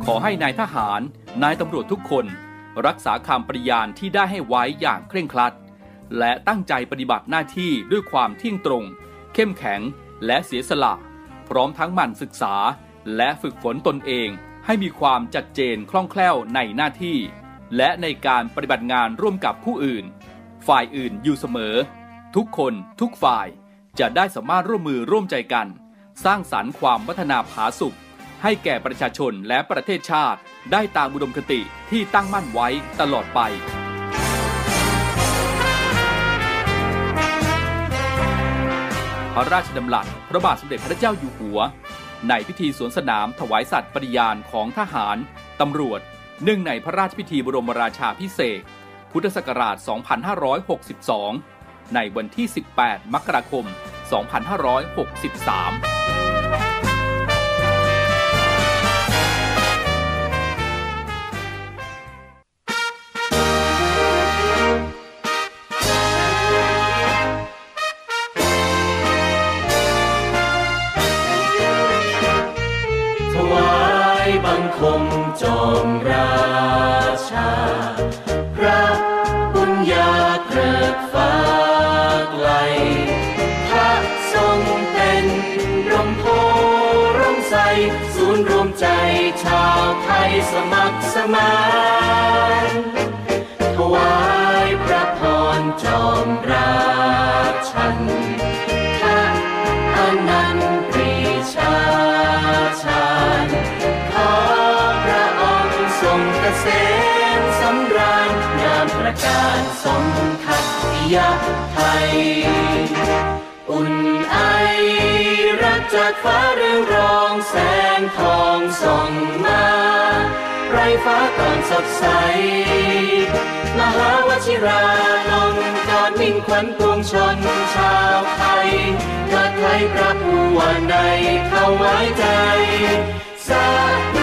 อให้นายทหารนายตำรวจทุกคนรักษาคำปฏิญาณที่ได้ให้ไว้อย่างเคร่งครัดและตั้งใจปฏิบัติหน้าที่ด้วยความเที่ยงตรงเข้มแข็งและเสียสละพร้อมทั้งหมั่นศึกษาและฝึกฝนตนเองให้มีความชัดเจนคล่องแคล่วในหน้าที่และในการปฏิบัติงานร่วมกับผู้อื่นฝ่ายอื่นอยู่เสมอทุกคนทุกฝ่ายจะได้สามารถร่วมมือร่วมใจกันสร้างสรรค์ความพัฒนาผาสุกให้แก่ประชาชนและประเทศชาติได้ตามอุดมคติที่ตั้งมั่นไว้ตลอดไปพระราชดำรัสพระบาทสมเด็จพระเจ้าอยู่หัวในพิธีสวนสนามถวายสัตย์ปฏิญาณของทหารตำรวจเนื่องในพระราชพิธีบรมราชาภิเษกพุทธศักราช 2562 ในวันที่ 18 มกราคม 2563 บังคมจอมราชาพระบุญญาเกริกฟ้าไกลพระทรงเป็นร่มโพร่มใสศูนย์รวมใจชาวไทยสมัครสมานถวายพระพรจอมราชันพระอนันต์ปรีชาชาญพระองค์ทรงเกษมสำราญงามประการสมทัตยไทยอุ่นไอรักจากฟ้าเรืองรองแสงทองส่องมาไร้ฟ้าก่อนสดใสมหาวชิราลงกอดมิ่งขวัญปวงชนชาวไทยเกิดไทยพระผู้ว่าในเข้าไว้ใจสาธุ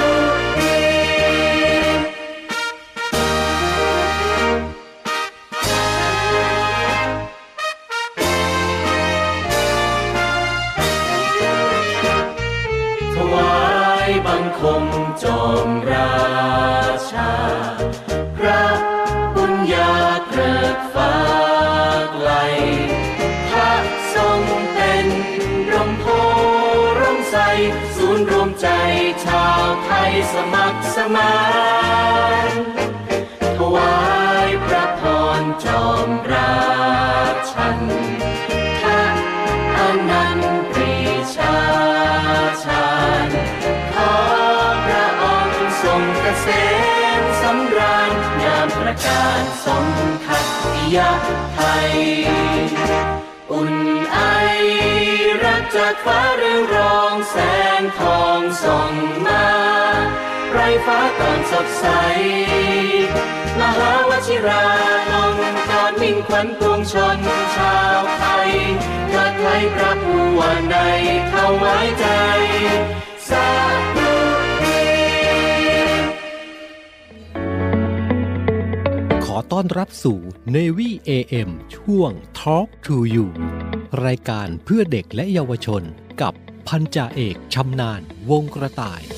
บังคมจอมราชาพระบุญญาเกริกฟ้าไกลพระทรงเป็นร่มโพร่มใสศูนย์รวมใจชาวไทยสมัครสมานถวายพระพรจอมราชันพระอนันต์ปรีชาชาญพระองค์ทรงเกษมสำราญงามประการสมทัตยไทยอุ่นไอรักจากฟ้าเรืองรองแสงทองส่องมาไร้ฟ้าก่อนสดใสมหาวชิราลงกอดมิ่งขวัญปวงชนชาวไทยเกิดไทยพระผู้ว่าในเข้าไว้ใจสาธุขอต้อนรับสู่ Navy AM ช่วง Talk to You รายการเพื่อเด็กและเยาวชนกับพันจ่าเอกชำนาญวงกระต่าย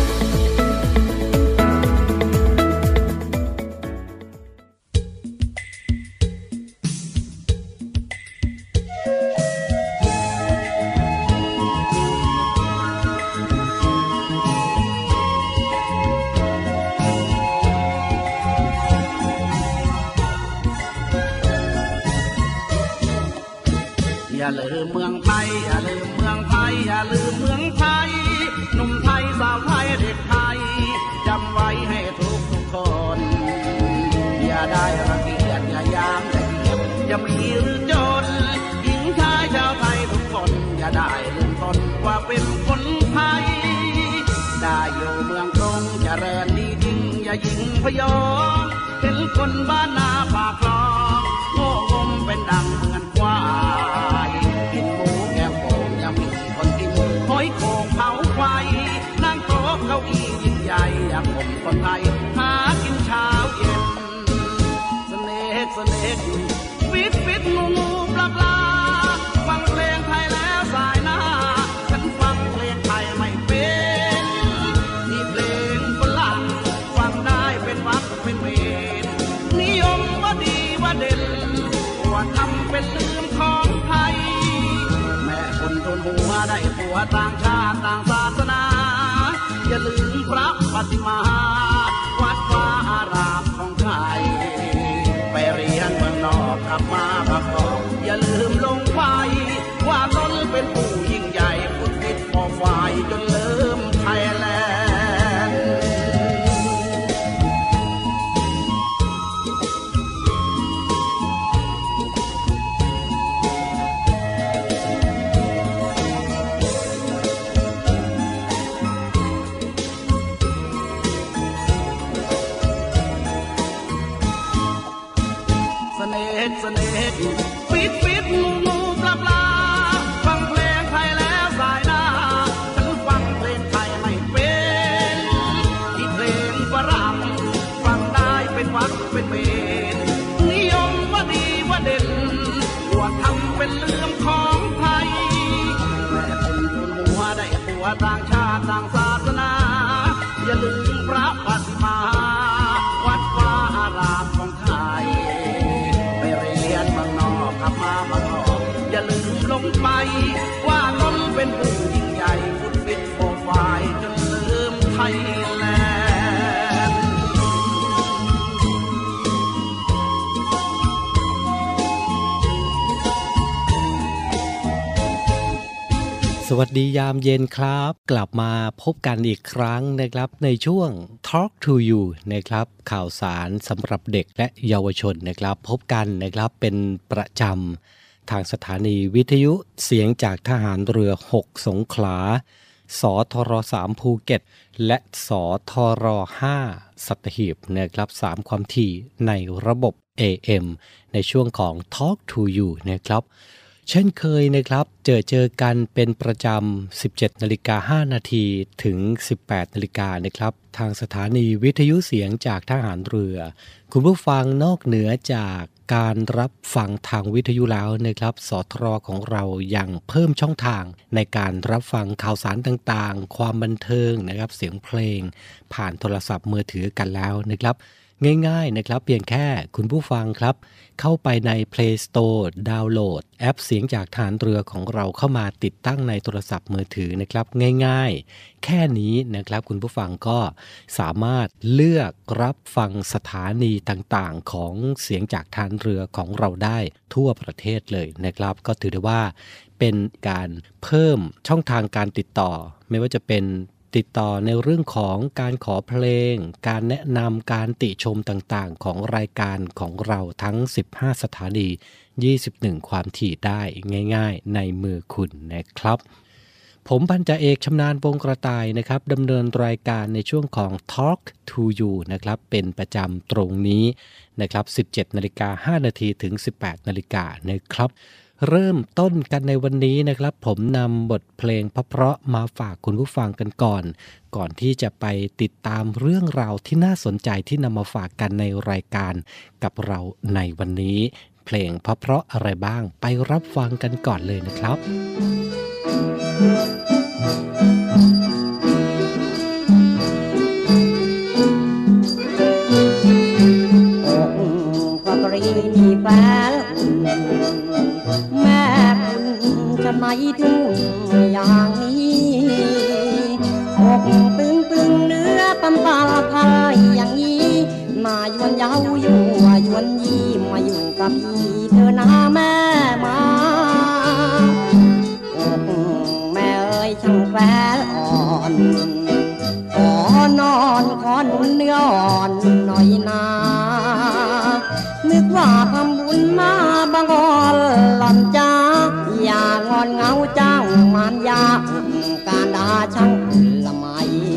อย่าลืมเมืองไทยอย่าลืมเมืองไทยอย่าลืมเมืองไทยหนุ่มไทยสาวไทยเด็กไทยจำไว้ให้ทุกคนอย่าได้รังเกียจอย่ายามอย่าเหยียบอย่ามีหรือจนหญิงชายชาวไทยทุกคนอย่าได้ลืมตนว่าเป็นคนไทยได้อยู่เมืองกรุงเจริญดีจริงอย่าหญิงพยองเห็นคนบ้านนาปากคลองโง่งมเป็นดังเหมือนควายกินหมูแกงโป่งยังมีคนกินหอยโข่งเผาไฟนั่งโต๊ะเก้าอี้ยิ่งใหญ่อยากผมคนไทยหากินเช้าเย็นเสน่ห์ฟิตงูปลาฟังเพลงไทยแล้วสายหน้าฉันฟังเพลงไทยไม่เป็นนี่เพลงฝรั่งปฏิมาวัดวาอารามของไทยไปเรียนเมืองนอกกลับมาประกอบอย่าลืมลงไปว่าตนเป็นผู้ยิ่งใหญ่ผู้ติดพอฝ่ายจนลืมไทยแลนด์เสน่ห์ฟิตงูปลาฟังเพลงไทยแล้วสายหน้าฉันฟังเพลงไทยไม่เป็นที่เพลงฝรั่งฟังได้เป็นวักเป็นเวรนิยมว่าดีว่าเด่นว่าทำเป็นเรื่องของไทยแม่คนมัวได้ตัวต่างชาติต่างศาสนาอย่าลืมพระปฏิมาวัดวาอารามของไทยมาบังออกอย่าลืมลงไปว่าตนเป็นผู้ยิ่งใหญ่ฟุตฟิตโปรไฟล์จนลืมไทยแลนด์สวัสดียามเย็นครับกลับมาพบกันอีกครั้งนะครับในช่วง Talk to You นะครับข่าวสารสำหรับเด็กและเยาวชนนะครับพบกันนะครับเป็นประจำทางสถานีวิทยุเสียงจากทหารเรือ6สงขลาสทร3ภูเก็ตและสทร5สัตหีบนะครับ3ความถี่ในระบบ AM ในช่วงของ Talk to You นะครับเช่นเคยนะครับเจอกันเป็นประจำ 17:05 นาทีถึง 18:00 นนะครับทางสถานีวิทยุเสียงจากทหารเรือคุณผู้ฟังนอกเหนือจากการรับฟังทางวิทยุแล้วนะครับสทรของเรายังเพิ่มช่องทางในการรับฟังข่าวสารต่างๆความบันเทิงนะครับเสียงเพลงผ่านโทรศัพท์มือถือกันแล้วนะครับง่ายๆนะครับเพียงแค่คุณผู้ฟังครับเข้าไปใน Play Store ดาวน์โหลดแอปเสียงจากฐานเรือของเราเข้ามาติดตั้งในโทรศัพท์มือถือนะครับง่ายๆแค่นี้นะครับคุณผู้ฟังก็สามารถเลือกรับฟังสถานีต่างๆของเสียงจากฐานเรือของเราได้ทั่วประเทศเลยนะครับก็ถือได้ว่าเป็นการเพิ่มช่องทางการติดต่อไม่ว่าจะเป็นติดต่อในเรื่องของการขอเพลงการแนะนำการติชมต่างๆของรายการของเราทั้ง15สถานี21ความถี่ได้ง่ายๆในมือคุณนะครับผมพันจ่าเอกชำนาญวงกระต่ายนะครับดำเนินรายการในช่วงของ Talk to You นะครับเป็นประจำตรงนี้นะครับ 17:05 นาทีถึง 18:00 นนะครับเริ่มต้นกันในวันนี้นะครับผมนำบทเพลงเพราะๆมาฝากคุณผู้ฟังกันก่อนที่จะไปติดตามเรื่องราวที่น่าสนใจที่นำมาฝากกันในรายการกับเราในวันนี้เพลงเพราะๆอะไรบ้างไปรับฟังกันก่อนเลยนะครับไม่ถึงอย่างนี้อกตึงเนื้อตำตาพายอย่างนี้มายวนเย้าอยู่ยวนยี่มาอยู่กับพี่เธอหน้าแม่มาอกแม่เอ้ยช่างแฝงอ่อนขอนอนขอหนุนเนื้ออ่อนหน่อยนานึกว่าทำบุญมาบางอ่อนหล่อนจ้าอย่างอนเงาเจ้ามารยาการด่าช่างละไม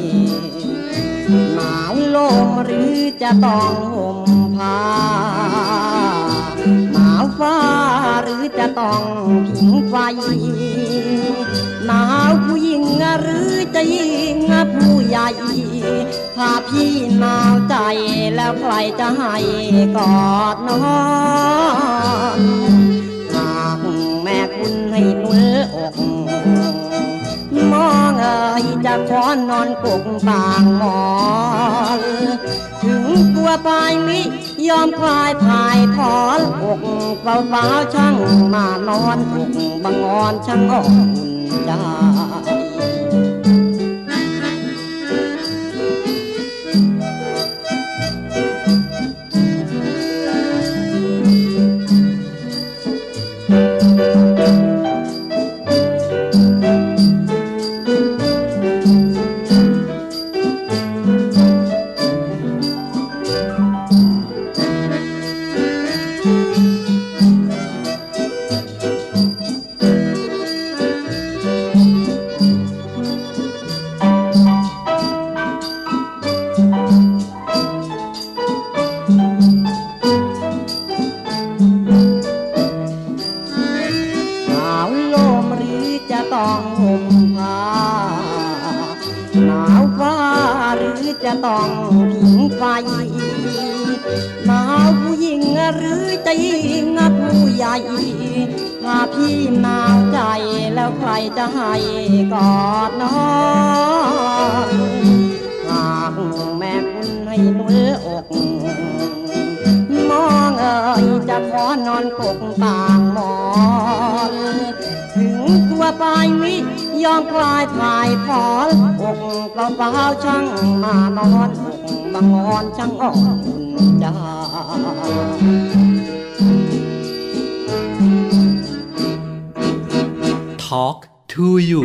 หนาวลมหรือจะต้องห่มผ้าหนาวฟ้าหรือจะต้องผิงไฟหนาวผู้หญิงหรือจะยิงผู้ใหญ่ถ้าพี่หนาวใจแล้วใครจะให้กอดนอนหากแม่คุณให้หนุนอกมองเอ๋ยจะขอนอนกกต่างหมอนถึงตัวตายมิยอมคลายถ่ายถอนอกเปล่าๆช่างมานอนอกบังงอนช่างอ่อนใจหนาวฟ้าหรือจะต้องผิงไฟหนาวผู้หญิงหรือจะยิงผู้ใหญ่ถ้าพี่หนาวใจแล้วใครจะให้กอดน้องหากแม่คุณให้หนุนอกน้องเอ๋ยจะขอนอนกกต่างหมอนถึงตัวปลายวิยอมคลายถ่ายพอนอกเปล่าๆช่างมานอนอกบางงอนช่างอ่อนใจ Talk to you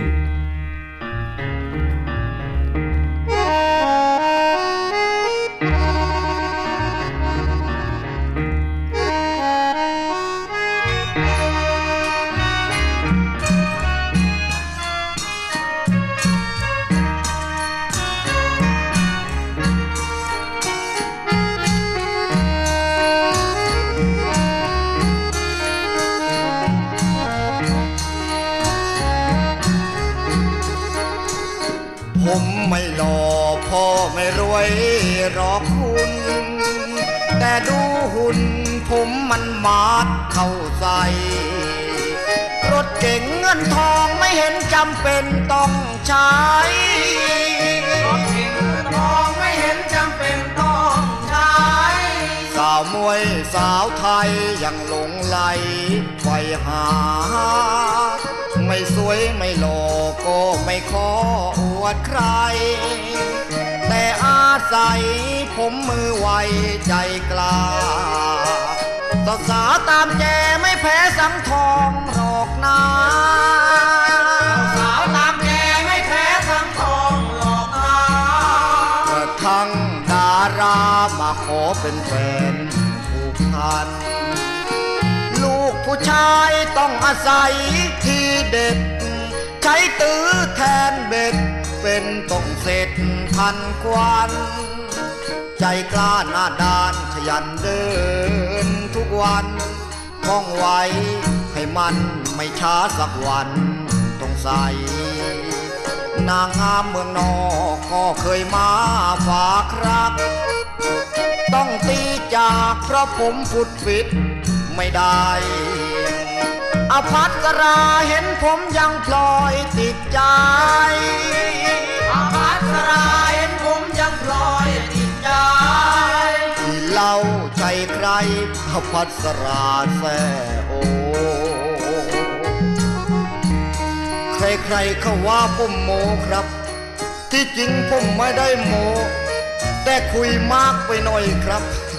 ผมไม่หล่อพ่อไม่รวยหรอกคุณแต่ดูหุ่นผมมันมาดเข้าใส่รถเก๋งเงินทองไม่เห็นจำเป็นต้องใช้รถเก๋งเงินทองไม่เห็นจำเป็นต้องใช้สาวมวยสาวไทยยังหลงไหลไฟหาไม่สวยไม่หล่อก็ไม่ขออวดใครแต่อาศัยผมมือไวใจกล้าสาวตามแกไม่แพ้สังทองหรอกนะสาวตามแกไม่แพ้สังทองหรอกนะกระทั่งดารามาขอเป็นแฟนผูกพันลูกผู้ชายต้องอาศัยที่เด็ดใช้ตื้อแทนเบ็ดเป็นต้องเสร็จพันกวันใจกล้าหน้าด้านขยันเดินทุกวันมองไว้ให้มันไม่ช้าสักวันต้องใส่นางงามเมืองนอกก็เคยมาฝากรักต้องตีจากเพราะผมฟุดฟิตไม่ได้อภัสราเห็นผมยังพลอยติดใจอภัสราเห็นผมยังพลอยติดใจที่เล่าใจใครอภัสราแซ่โอใครๆเขาว่าผมโมครับที่จริงผมไม่ได้โมแต่คุยมากไปหน่อยครับ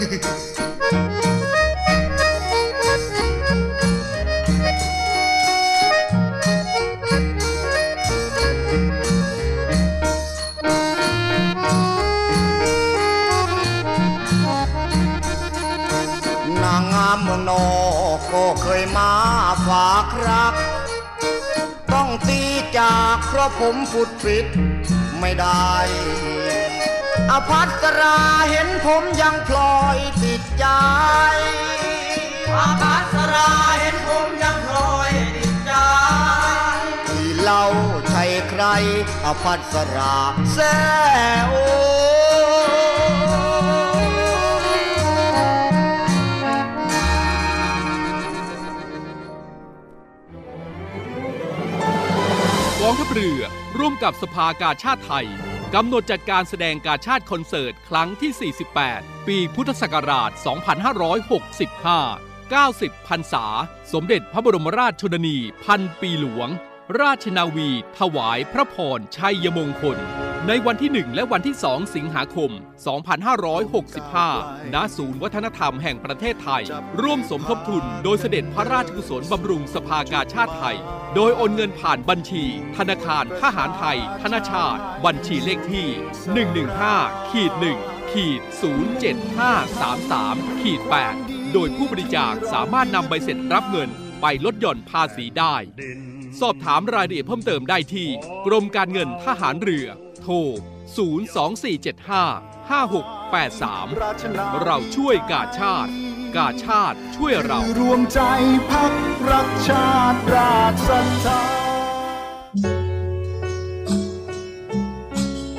นางงามเมืองนอกก็เคยมาฝากรักต้องตีจากเพราะผมฟุดฟิตไม่ได้อภัสราเห็นผมยังพลอยติดใจอภัสราเห็นผมยังพลอยติดใจที่เล่าใช่ใครอภัสราแซ่โอกองทัพเรือร่วมกับสภากาชาดไทยกำหนดจัดการแสดงกาชาดคอนเสิร์ตครั้งที่ 48 ปีพุทธศักราช 2565 90 พรรษาสมเด็จพระบรมราชชนนีพันปีหลวงราชนาวีถวายพระพรชัยมงคลในวันที่ 1 และวันที่ 2 สิงหาคม 2565 ณ ศูนย์วัฒนธรรมแห่งประเทศไทยร่วมสมทบทุนโดยเสด็จพระราชกุศลบำรุงสภากาชาดไทยโดยโอนเงินผ่านบัญชีธนาคารทหารไทยธนชาติบัญชีเลขที่ 115-1-07533-8 โดยผู้บริจาคสามารถนำใบเสร็จรับเงินไปลดหย่อนภาษีได้สอบถามรายละเอียดเพิ่มเติมได้ที่กรมการเงินทหารเรือโทร 024755683 เราช่วยกาชาติกาชาติช่วยเรารวมใจพักรักชาติราชศรัทธา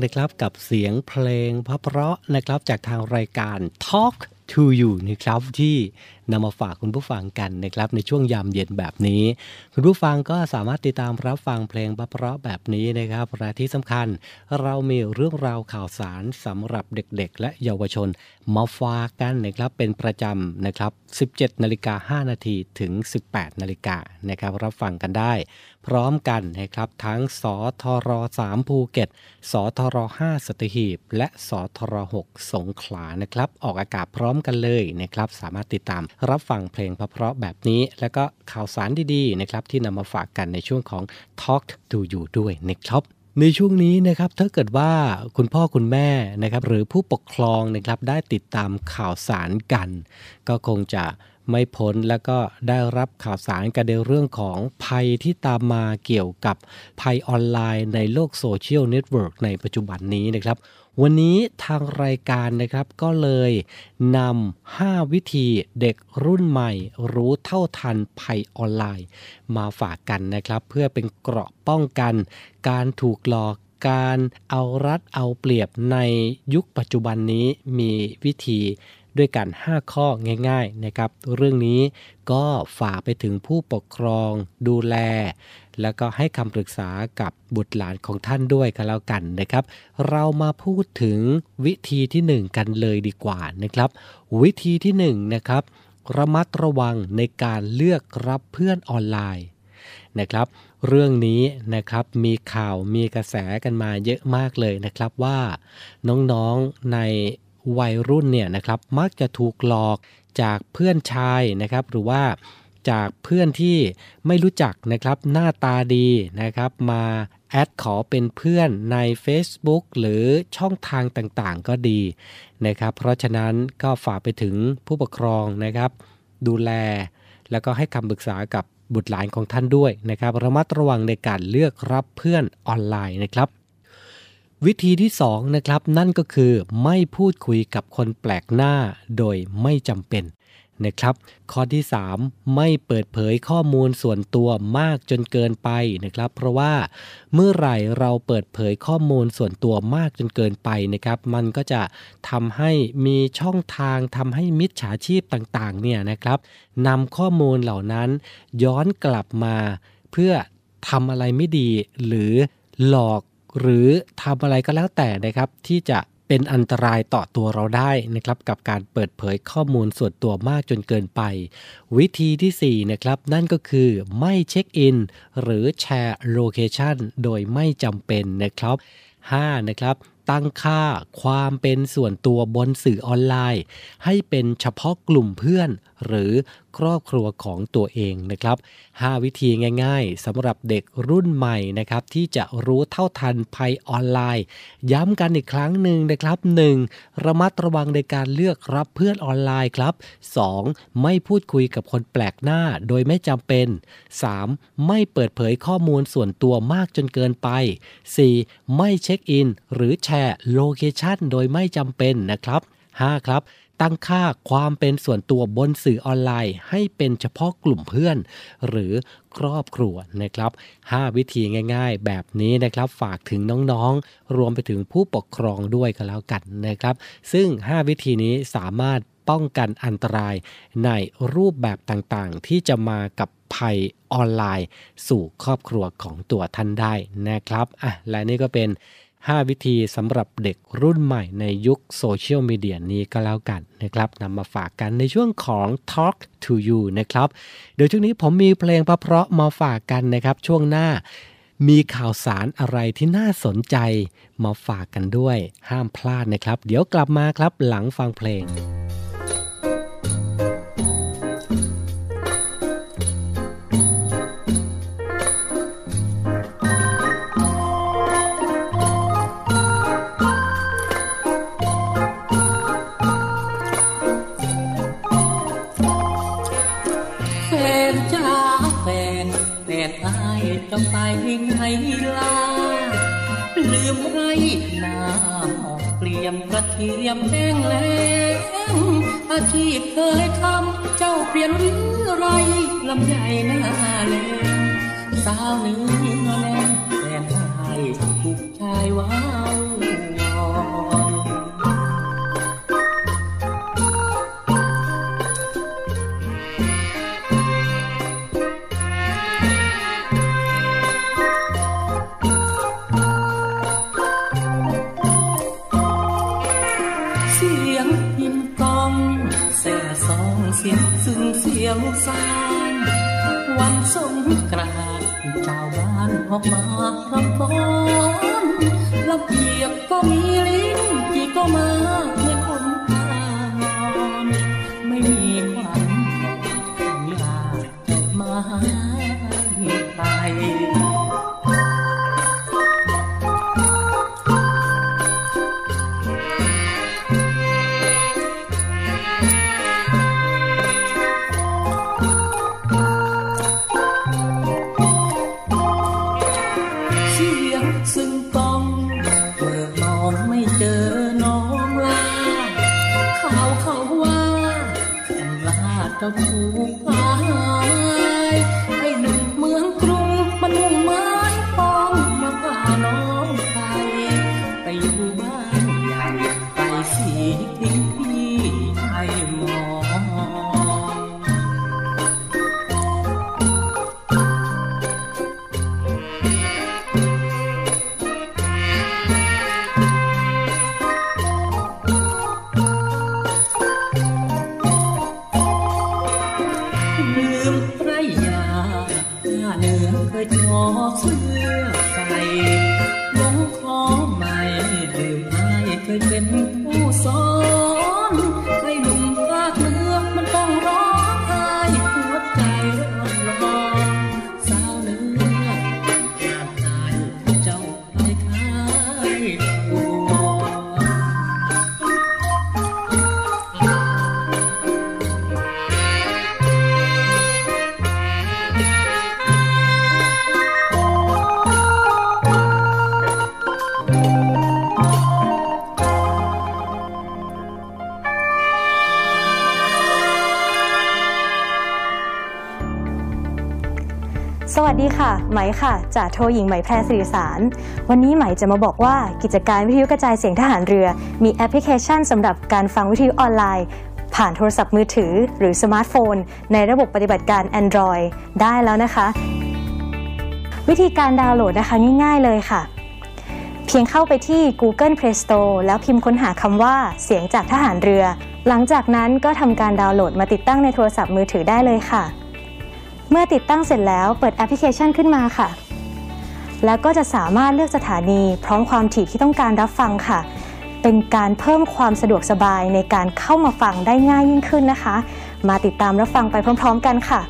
นะครับกับเสียงเพลงเพราะๆนะครับจากทางรายการ Talk to You นะครับที่นำมาฝากคุณผู้ฟังกันนะครับในช่วงยามเย็นแบบนี้คุณผู้ฟังก็สามารถติดตามรับฟังเพลงเพราะๆแบบนี้นะครับและที่สำคัญเรามีเรื่องราวข่าวสารสำหรับเด็กๆและเยาวชนมาฝากกันนะครับเป็นประจำนะครับ 17:05 น.ถึง 18:00 น.นะครับรับฟังกันได้พร้อมกันนะครับทั้งสทร3ภูเก็ตสทร5สัตหีบและสทร6สงขลานะครับออกอากาศพร้อมกันเลยนะครับสามารถติดตามรับฟังเพลงเพราะๆแบบนี้แล้วก็ข่าวสารดีๆนะครับที่นำมาฝากกันในช่วงของ Talk to You ด้วยนะครับในช่วงนี้นะครับถ้าเกิดว่าคุณพ่อคุณแม่นะครับหรือผู้ปกครองนะครับได้ติดตามข่าวสารกันก็คงจะไม่พ้นแล้วก็ได้รับข่าวสารกันในเรื่องของภัยที่ตามมาเกี่ยวกับภัยออนไลน์ในโลกโซเชียลเน็ตเวิร์กในปัจจุบันนี้นะครับวันนี้ทางรายการนะครับก็เลยนำ5วิธีเด็กรุ่นใหม่รู้เท่าทันภัยออนไลน์มาฝากกันนะครับเพื่อเป็นเกราะป้องกันการถูกหลอกการเอารัดเอาเปรียบในยุคปัจจุบันนี้มีวิธีด้วยกัน5ข้อง่ายๆนะครับเรื่องนี้ก็ฝากไปถึงผู้ปกครองดูแลแล้วก็ให้คำปรึกษากับบุตรหลานของท่านด้วยกันแล้วกันนะครับเรามาพูดถึงวิธีที่1กันเลยดีกว่านะครับวิธีที่1นะครับระมัดระวังในการเลือกรับเพื่อนออนไลน์นะครับเรื่องนี้นะครับมีข่าวมีกระแสกันมาเยอะมากเลยนะครับว่าน้องๆในวัยรุ่นเนี่ยนะครับมักจะถูกหลอกจากเพื่อนชายนะครับหรือว่าจากเพื่อนที่ไม่รู้จักนะครับหน้าตาดีนะครับมาแอดขอเป็นเพื่อนใน Facebook หรือช่องทางต่างๆก็ดีนะครับเพราะฉะนั้นก็ฝากไปถึงผู้ปกครองนะครับดูแลแล้วก็ให้คำปรึกษากับบุตรหลานของท่านด้วยนะครับระมัดระวังในการเลือกรับเพื่อนออนไลน์นะครับวิธีที่2นะครับนั่นก็คือไม่พูดคุยกับคนแปลกหน้าโดยไม่จำเป็นนะครับข้อที่3ไม่เปิดเผยข้อมูลส่วนตัวมากจนเกินไปนะครับเพราะว่าเมื่อไหร่เราเปิดเผยข้อมูลส่วนตัวมากจนเกินไปนะครับมันก็จะทำให้มีช่องทางทำให้มิจฉาชีพต่างๆเนี่ยนะครับนำข้อมูลเหล่านั้นย้อนกลับมาเพื่อทำอะไรไม่ดีหรือหลอกหรือทำอะไรก็แล้วแต่นะครับที่จะเป็นอันตรายต่อตัวเราได้นะครับกับการเปิดเผยข้อมูลส่วนตัวมากจนเกินไปวิธีที่4นะครับนั่นก็คือไม่เช็คอินหรือแชร์โลเคชันโดยไม่จำเป็นนะครับ5นะครับตั้งค่าความเป็นส่วนตัวบนสื่อออนไลน์ให้เป็นเฉพาะกลุ่มเพื่อนหรือครอบครัวของตัวเองนะครับ5วิธีง่ายๆสำหรับเด็กรุ่นใหม่นะครับที่จะรู้เท่าทันภัยออนไลน์ย้ำกันอีกครั้งหนึ่งนะครับ 1. ระมัดระวังในการเลือกรับเพื่อนออนไลน์ครับ 2. ไม่พูดคุยกับคนแปลกหน้าโดยไม่จำเป็น 3. ไม่เปิดเผยข้อมูลส่วนตัวมากจนเกินไป 4. ไม่เช็คอินหรือแชร์โลเคชันโดยไม่จำเป็นนะครับ 5. ครับตั้งค่าความเป็นส่วนตัวบนสื่อออนไลน์ให้เป็นเฉพาะกลุ่มเพื่อนหรือครอบครัวนะครับ5วิธีง่ายๆแบบนี้นะครับฝากถึงน้องๆรวมไปถึงผู้ปกครองด้วยก็แล้วกันนะครับซึ่ง5วิธีนี้สามารถป้องกันอันตรายในรูปแบบต่างๆที่จะมากับภัยออนไลน์สู่ครอบครัวของตัวท่านได้นะครับและนี่ก็เป็น5วิธีสำหรับเด็กรุ่นใหม่ในยุคโซเชียลมีเดียนี้ก็แล้วกันนะครับนำมาฝากกันในช่วงของ Talk to You นะครับเดี๋ยวช่วงนี้ผมมีเพลงเพราะๆมาฝากกันนะครับช่วงหน้ามีข่าวสารอะไรที่น่าสนใจมาฝากกันด้วยห้ามพลาดนะครับเดี๋ยวกลับมาครับหลังฟังเพลงต้องไปไงล่ะลืมไรหน้าเปลี่ยมกระเทียมแห้งแล้งอาชีพเคยทำเจ้าเปลี่ยนหรือไรลำใหญ่หน้าแลงสาวเนื้อแน่แฟนไทยถูกชายว้าวแส่ซองเสียงซึ้งเสียวสานวันสงกรานต์ชาวบ้านออกมารำฟ้อนลำเอียบก็มีลิ้นจีก็มาในคนพานอนไม่มีควันของยาดอกไม้ไทยเจ้าถูกหายให้หนุ่มเมืองกรุงมันมุ่งไม้ปองมาพาน้องไปอยู่บ้านใหญ่ไปสีทิ้งพี่ให้มองเคยทอเสื้อใส่น้องขอใหม่ลืมไม่เคยเป็นผู้สอนให้หนุ่มภาคเหนือมันต้องร้องไห้หัวใจร้อนสาวเหนือแก้มตายเจ้าไปขายตัวสวัสดีค่ะไหมค่ะจากโทหญิงไหมแพรสิริสารวันนี้ไหมจะมาบอกว่ากิจการวิทยุกระจายเสียงทหารเรือมีแอปพลิเคชันสำหรับการฟังวิทยุออนไลน์ผ่านโทรศัพท์มือถือหรือสมาร์ทโฟนในระบบปฏิบัติการ Android ได้แล้วนะคะวิธีการดาวน์โหลดนะคะง่ายๆเลยค่ะเพียงเข้าไปที่ Google Play Store แล้วพิมพ์ค้นหาคำว่าเสียงจากทหารเรือหลังจากนั้นก็ทำการดาวน์โหลดมาติดตั้งในโทรศัพท์มือถือได้เลยค่ะเมื่อติดตั้งเสร็จแล้วเปิดแอปพลิเคชันขึ้นมาค่ะแล้วก็จะสามารถเลือกสถานีพร้อมความถี่ที่ต้องการรับฟังค่ะเป็นการเพิ่มความสะดวกสบายในการเข้ามาฟังได้ง่ายยิ่งขึ้นนะคะมาติดตามรับฟังไปพร้อมๆกันค่ะ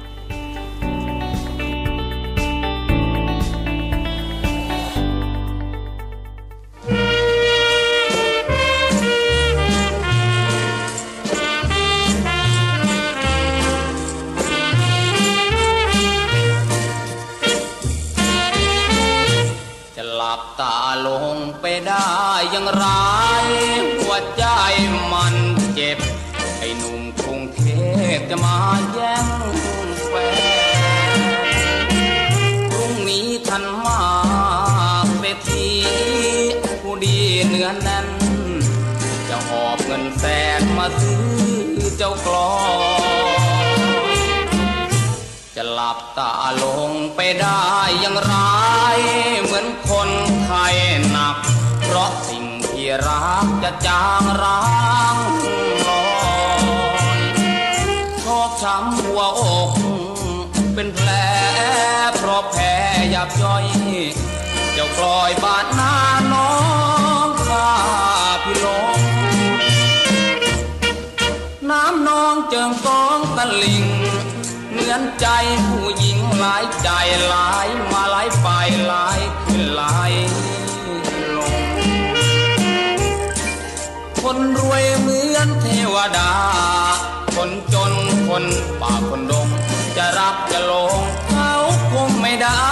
ตาลงไปได้อย่างไรหัวใจมันเจ็บไอ้หนุ่มกรุงเทพจะมาแย่งแฟนพรุ่งนี้ท่านมาเศรษฐีผู้ดีเนื้อแน่นจะหอบเงินแสนมาซื้อเจ้ากลอยจะหลับตาลงไปได้อย่างไรเหมือนคนไข้หนักเพราะสิ่งที่รักจะจางร้างลอยชอกช้ำหัวอกเป็นแผลเพราะแผลยับย่อยเจ้ากลอยบาดหน้าน้องข้าพี่ลงน้ำน้องเจิงกองตะลิ่งเหมือนใจผู้หญิงหลายใจหลายมาหลายไปหลายขึ้นหลายลงคนรวยเหมือนเทวดาคนจนคนป่าคนดงจะรักจะลงเขาคงไม่ได้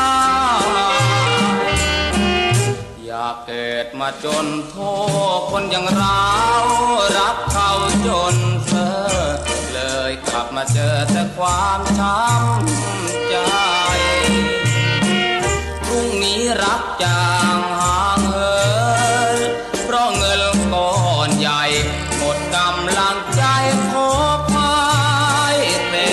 อย่าเกิดมาจนโทษคนอย่างเรารักเขาจนเฟ้อเลยกลับมาเจอแต่ความช้ำใจพรุ่งนี้รักจางห่างเหินเพราะเงินก้อนใหญ่หมดกำลังใจขอพายเต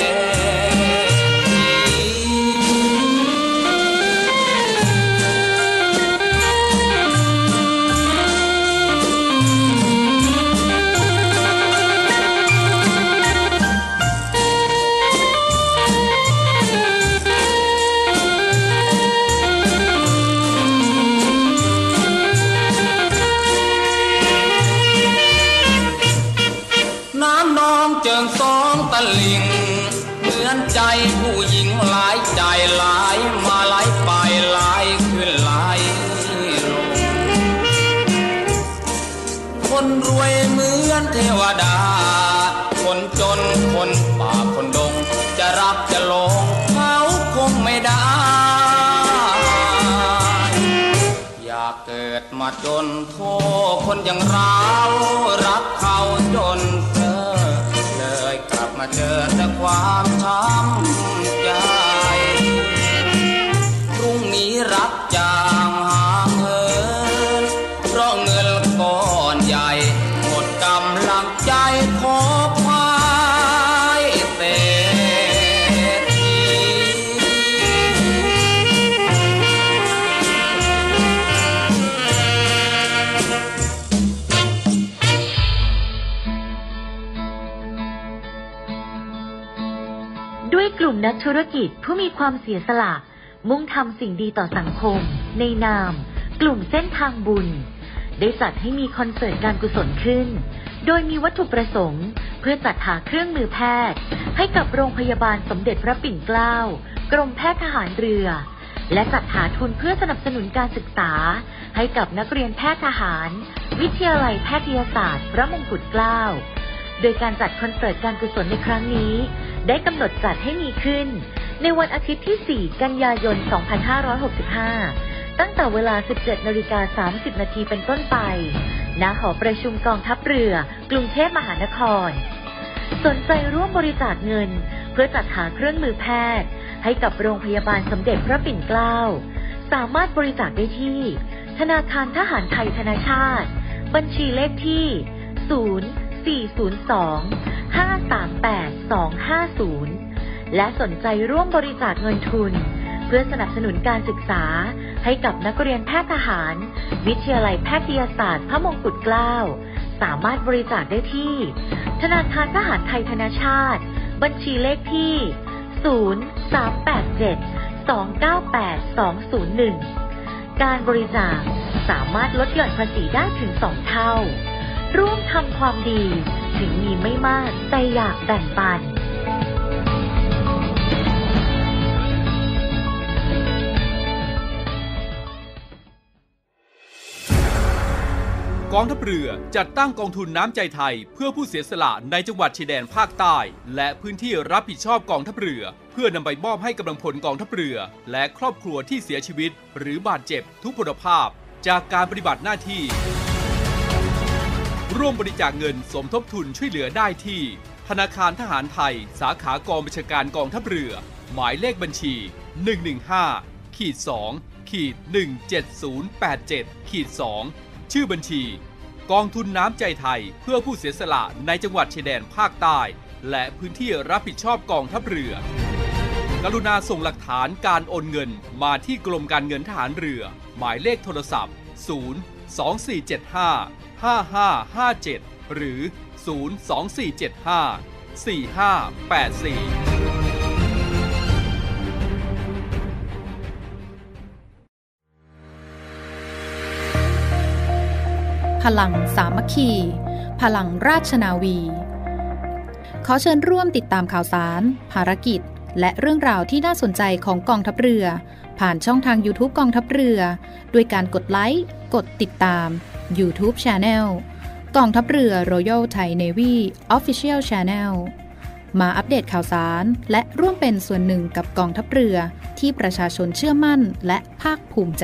ลิงเหมือนใจผู้หญิงหลายใจหลายมาหลายไปหลายขึ้นหลายลงคนรวยเหมือนเทวดาคนจนคนป่าคนดงจะรับจะลงเขาคงไม่ได้อยากเกิดมาจนโทษคนอย่างเรารักเขาจนเพ้อเลยกลับมาเจอแต่ความช้ำใจพรุ่งนี้รักจางห่างเหินเพราะเงินก้อนใหญ่หมดกำลังใจขอพายเศรษฐีด้วยกลุ่มนักธุรกิจผู้มีความเสียสละมุ่งทำสิ่งดีต่อสังคมในนามกลุ่มเส้นทางบุญได้จัดให้มีคอนเสิร์ตการกุศลขึ้นโดยมีวัตถุประสงค์เพื่อจัดหาเครื่องมือแพทย์ให้กับโรงพยาบาลสมเด็จพระปิ่นเกล้ากรมแพทย์ทหารเรือและจัดหาทุนเพื่อสนับสนุนการศึกษาให้กับนักเรียนแพทย์ทหารวิทยาลัยแพทยศาสตร์พระมงกุฎเกล้าโดยการจัดคอนเสิร์ตการกุศลในครั้งนี้ได้กำหนดจัดให้มีขึ้นในวันอาทิตย์ที่ 4 กันยายน 2565 ตั้งแต่เวลา 17:30 น.เป็นต้นไปณ หอประชุมกองทัพเรือกรุงเทพมหานครสนใจร่วมบริจาคเงินเพื่อจัดหาเครื่องมือแพทย์ให้กับโรงพยาบาลสมเด็จพระปิ่นเกล้าสามารถบริจาคได้ที่ธนาคารทหารไทยธนชาติบัญชีเลขที่ 0402-538-250 และสนใจร่วมบริจาคเงินทุนเพื่อสนับสนุนการศึกษาให้กับนักเรียนแพทย์ทหารวิทยาลัยแพทยศาสตร์พระมงกุฎเกล้าสามารถบริจาคได้ที่ธนาคารทหารไทยธนชาติบัญชีเลขที่ 0387-298-201 การบริจาคสามารถลดหย่อนภาษีได้ถึง 2 เท่าร่วมทำความดีถึงมีไม่มากแต่อยากแบ่งปันกองทัพเรือจัดตั้งกองทุนน้ำใจไทยเพื่อผู้เสียสละในจังหวัดชายแดนภาคใต้และพื้นที่รับผิดชอบกองทัพเรือเพื่อนำไปมอบให้กำลังพลกองทัพเรือและครอบครัวที่เสียชีวิตหรือบาดเจ็บทุพพลภาพจากการปฏิบัติหน้าที่ร่วมบริจาคเงินสมทบทุนช่วยเหลือได้ที่ธนาคารทหารไทยสาขากองบัญชาการกองทัพเรือหมายเลขบัญชี 115-2-17087-2ชื่อบัญชีกองทุนน้ำใจไทยเพื่อผู้เสียสละในจังหวัดชายแดนภาคใต้และพื้นที่รับผิดชอบกองทัพเรือกรุณาส่งหลักฐานการโอนเงินมาที่กรมการเงินทหารเรือหมายเลขโทรศัพท์024755557หรือ024754584 พลังสามัคคีพลังราชนาวีขอเชิญร่วมติดตามข่าวสารภารกิจและเรื่องราวที่น่าสนใจของกองทัพเรือผ่านช่องทาง YouTube กองทัพเรือด้วยการกดไลค์กดติดตาม YouTube Channel กองทัพเรือ Royal Thai Navy Official Channel มาอัปเดตข่าวสารและร่วมเป็นส่วนหนึ่งกับกองทัพเรือที่ประชาชนเชื่อมั่นและภาคภูมิใจ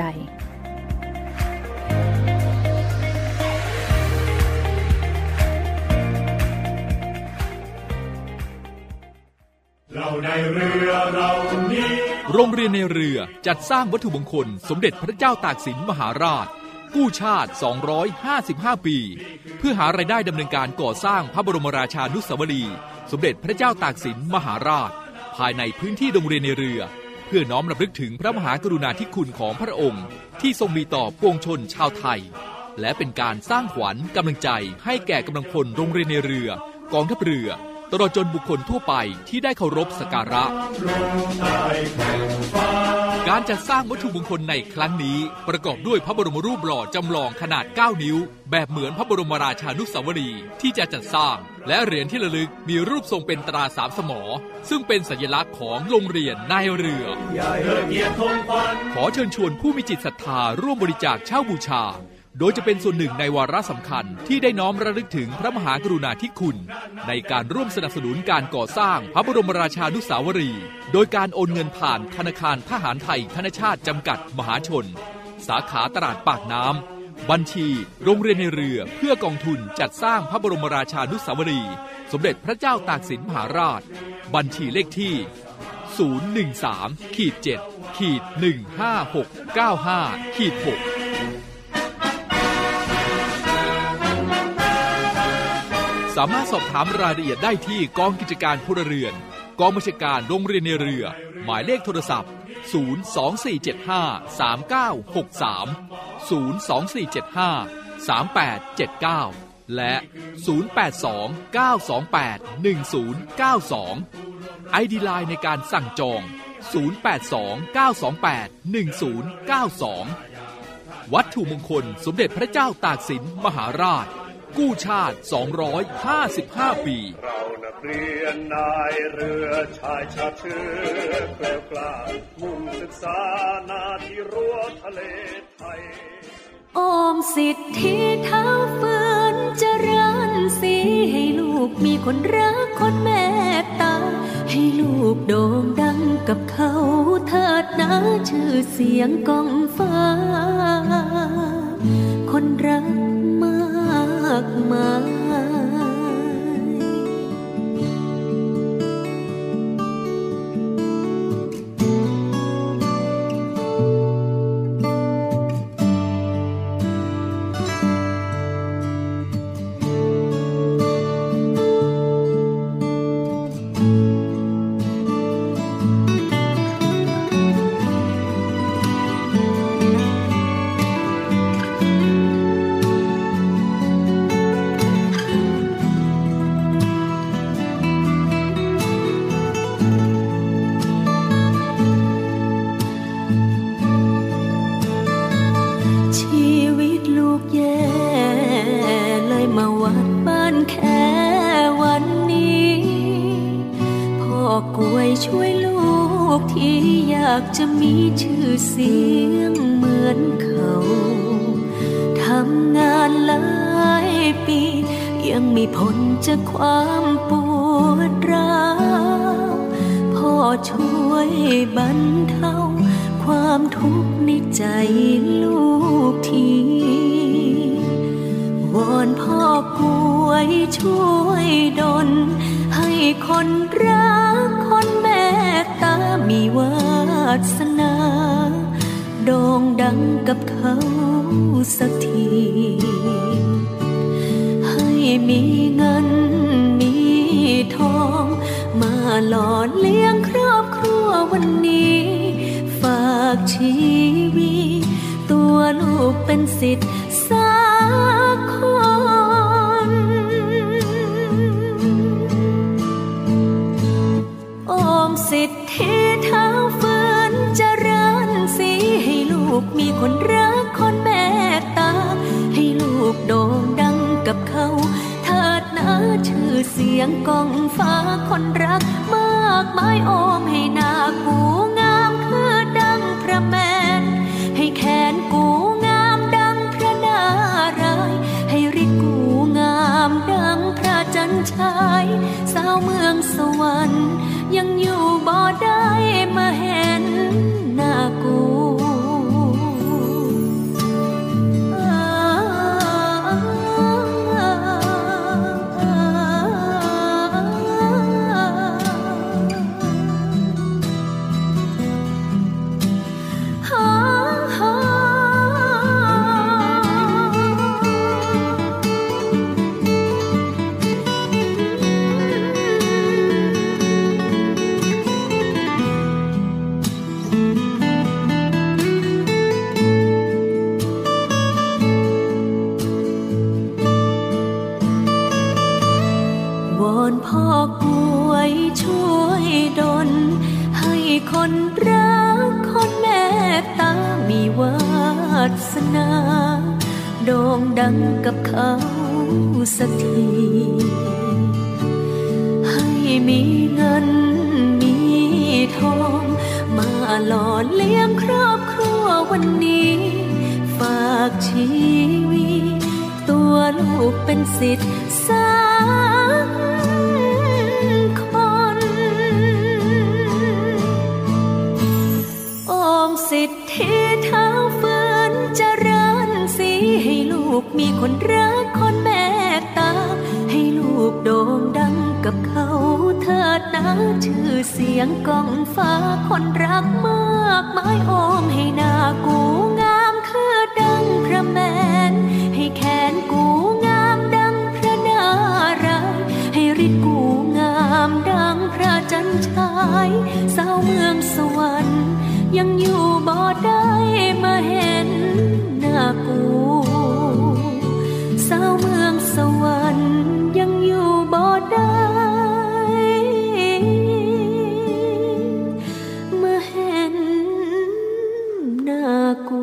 ในเรือเรานี้โรงเรียนในเรือจัดสร้างวัตถุมงคลสมเด็จพระเจ้าตากสินมหาราชกู้ชาติ255ปีเพื่อหารายได้ดำเนินการก่อสร้างพระบรมราชานุสาวรีย์สมเด็จพระเจ้าตากสินมหาราชภายในพื้นที่โรงเรียนในเรือเพื่อน้อมรำลึกถึงพระมหากรุณาธิคุณของพระองค์ที่ทรงมีต่อปวงชนชาวไทยและเป็นการสร้างขวัญกำลังใจให้แก่กำลังพลโรงเรียนในเรือกองทัพเรือตลอดจนบุคคลทั่วไปที่ได้เคารพสักการะการจัดสร้างวัตถุมงคลในครั้งนี้ประกอบด้วยพระบรมรูปหล่อจำลองขนาด9นิ้วแบบเหมือนพระบรมราชานุสาวรีย์ที่จะจัดสร้างและเหรียญที่ระลึกมีรูปทรงเป็นตราสามสมอซึ่งเป็นสัญลักษณ์ของโรงเรียนนายเรือขอเชิญชวนผู้มีจิตศรัทธาร่วมบริจาคเช่าบูชาโดยจะเป็นส่วนหนึ่งในวาระสำคัญที่ได้น้อมระลึกถึงพระมหากรุณาธิคุณในการร่วมสนับสนุนการก่อสร้างพระบรมราชานุสาวรีย์โดยการโอนเงินผ่านธนาคารทหารไทยธนชาติจำกัดมหาชนสาขาตลาดปากน้ำบัญชีโรงเรียนในเรือเพื่อกองทุนจัดสร้างพระบรมราชานุสาวรีย์สมเด็จพระเจ้าตากสินมหาราชบัญชีเลขที่013-7-15695-6สามารถสอบถามรายละเอียดได้ที่กองกิจการพลเรือนกองบัญชาการโรงเรียนในเรือหมายเลขโทรศัพท์024753963 024753879และ0829281092 ID ไลน์ในการสั่งจอง0829281092วัตถุมงคลสมเด็จพระเจ้าตากสินมหาราชกู้ชาติ255ปีเรานักเรียนนายเรือชายชาติเชื้อแกล้วกล้ามุ่งศึกษานาที่รั้วทะเลไทยโอมสิทธิเท้าฝืนเจริญสีให้ลูกมีคนรักคนเมตตาให้ลูกโด่งดังกับเขาเถิดนะชื่อเสียงก้องฟ้าคนรักมากมายจะมีชื่อเสียงเหมือนเขาทำงานหลายปียังมีผลจากความปวดร้าวพ่อช่วยบรรเทาความทุกข์ในใจลูกทีวอนพ่อกวยช่วยดลให้คนรักคนเมตตามีวาสนาโด่งดังกับเขาสักทีให้มีเงินมีทองมาหล่อเลี้ยงครอบครัววันนี้ฝากชีวิตตัวลูกเป็นศิษย์สักคนโอมสิทธิเท้าฝืนเจริญสีให้ลูกมีคนรักคนเมตตาให้ลูกโด่งดังกับเขาเถิดนะชื่อเสียงก้องฟ้าคนรักมากมายโอมให้หน้ากูงามคือดังพระแม่ให้แขนกูงามดังพระนารายณ์ให้ฤทธิ์กูงามดังพระจันทร์ฉายสาวเมืองสวรรค์ยังอยู่บ่ได้มาเห็นหน้ากูพ่อกวยช่วยดลให้คนรักคนเมสนาโด่งดังกับเขาสักทีให้มีเงินมีทองมาหล่อเลี้ยงครอบครัววันนี้ฝากชีวิตตัวลูกเป็นศิษย์สักคนโอมสิทธิเท้าฝืนเจริญสีให้ลูกมีคนรักคนเมตตาให้ลูกโด่งดังกับเขาเถิดนะชื่อเสียงก้องฟ้าคนรักมากมายโอมให้หน้ากูงามคือดังพระแมนให้แขนกูงามดังพระนารายณ์ให้ฤทธิ์กูงามดังพระจันทรายสาวเมืองสวรรค์ยังอยู่บ่ได้มาเห็นหน้ากูสาวเมืองสวรรค์ยังอยู่บ่ได้มาเห็นหน้ากู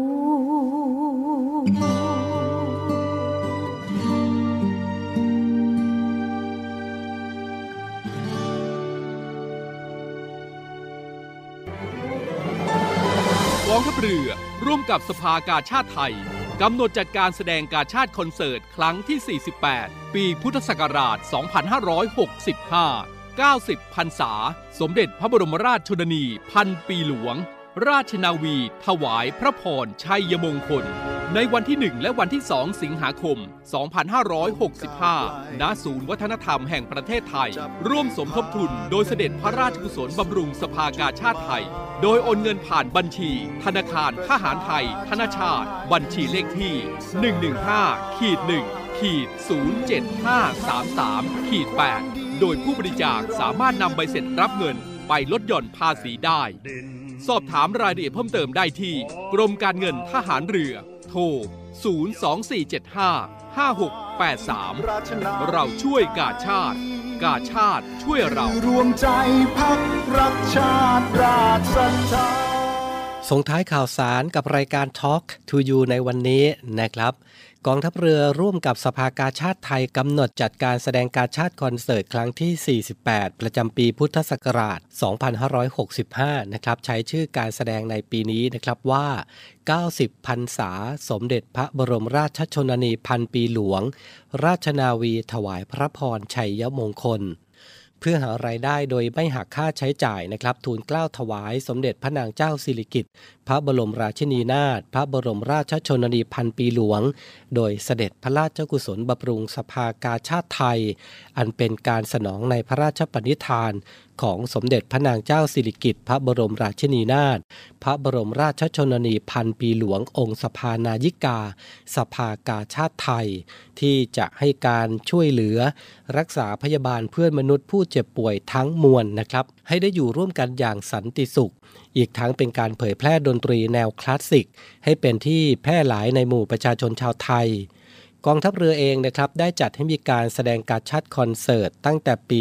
กองทัพเรือร่วมกับสภากาชาดไทยกำหนดจัดการแสดงกาชาดคอนเสิร์ตครั้งที่ 48 ปีพุทธศักราช 2565 90 พรรษาสมเด็จพระบรมราชชนนีพันปีหลวงราชนาวีถวายพระพรชัยมงคลในวันที่ 1 และวันที่ 2 สิงหาคม 2565 ณ ศูนย์วัฒนธรรมแห่งประเทศไทยร่วมสมทบทุนโดยเสด็จพระราชกุศลบำรุงสภากาชาดไทยโดยโอนเงินผ่านบัญชีธนาคารทหารไทยธนชาติบัญชีเลขที่ 115-1-07533-8 โดยผู้บริจาคสามารถนำใบเสร็จรับเงินไปลดหย่อนภาษีได้สอบถามรายละเอียดเพิ่มเติมได้ที่กรมการเงินทหารเรือโทร 024755683 เราช่วยกาชาดกาชาดช่วยเรารวมใจพักรักชาติราชศรัทธาส่งท้ายข่าวสารกับรายการ Talk to You ในวันนี้นะครับกองทัพเรือร่วมกับสภากาชาดไทยกำหนดจัดการแสดงกาชาดคอนเสิร์ตครั้งที่ 48 ประจำปีพุทธศักราช 2565 นะครับใช้ชื่อการแสดงในปีนี้นะครับว่า 90 พรรษาสมเด็จพระบรมราชชนนีพันปีหลวงราชนาวีถวายพระพรชัยมงคลเพื่อหารายได้โดยไม่หักค่าใช้จ่ายนะครับทูลเกล้าถวายสมเด็จพระนางเจ้าสิริกิติ์พระบรมราชินีนาถพระบรมราชชนนีพันปีหลวงโดยเสด็จพระราชกุศลบำรุงสภากาชาดไทยอันเป็นการสนองในพระราชปณิธานของสมเด็จพระนางเจ้าสิริกิติ์พระบรมราชินีนาถพระบรมราชชนนีพันปีหลวงองค์สภานายิกาสภากาชาดไทยที่จะให้การช่วยเหลือรักษาพยาบาลเพื่อนมนุษย์ผู้เจ็บป่วยทั้งมวลนะครับให้ได้อยู่ร่วมกันอย่างสันติสุขอีกทั้งเป็นการเผยแพร่ดนตรีแนวคลาสสิกให้เป็นที่แพร่หลายในหมู่ประชาชนชาวไทยกองทัพเรือเองนะครับได้จัดให้มีการแสดงกาชาดคอนเสิร์ตตั้งแต่ปี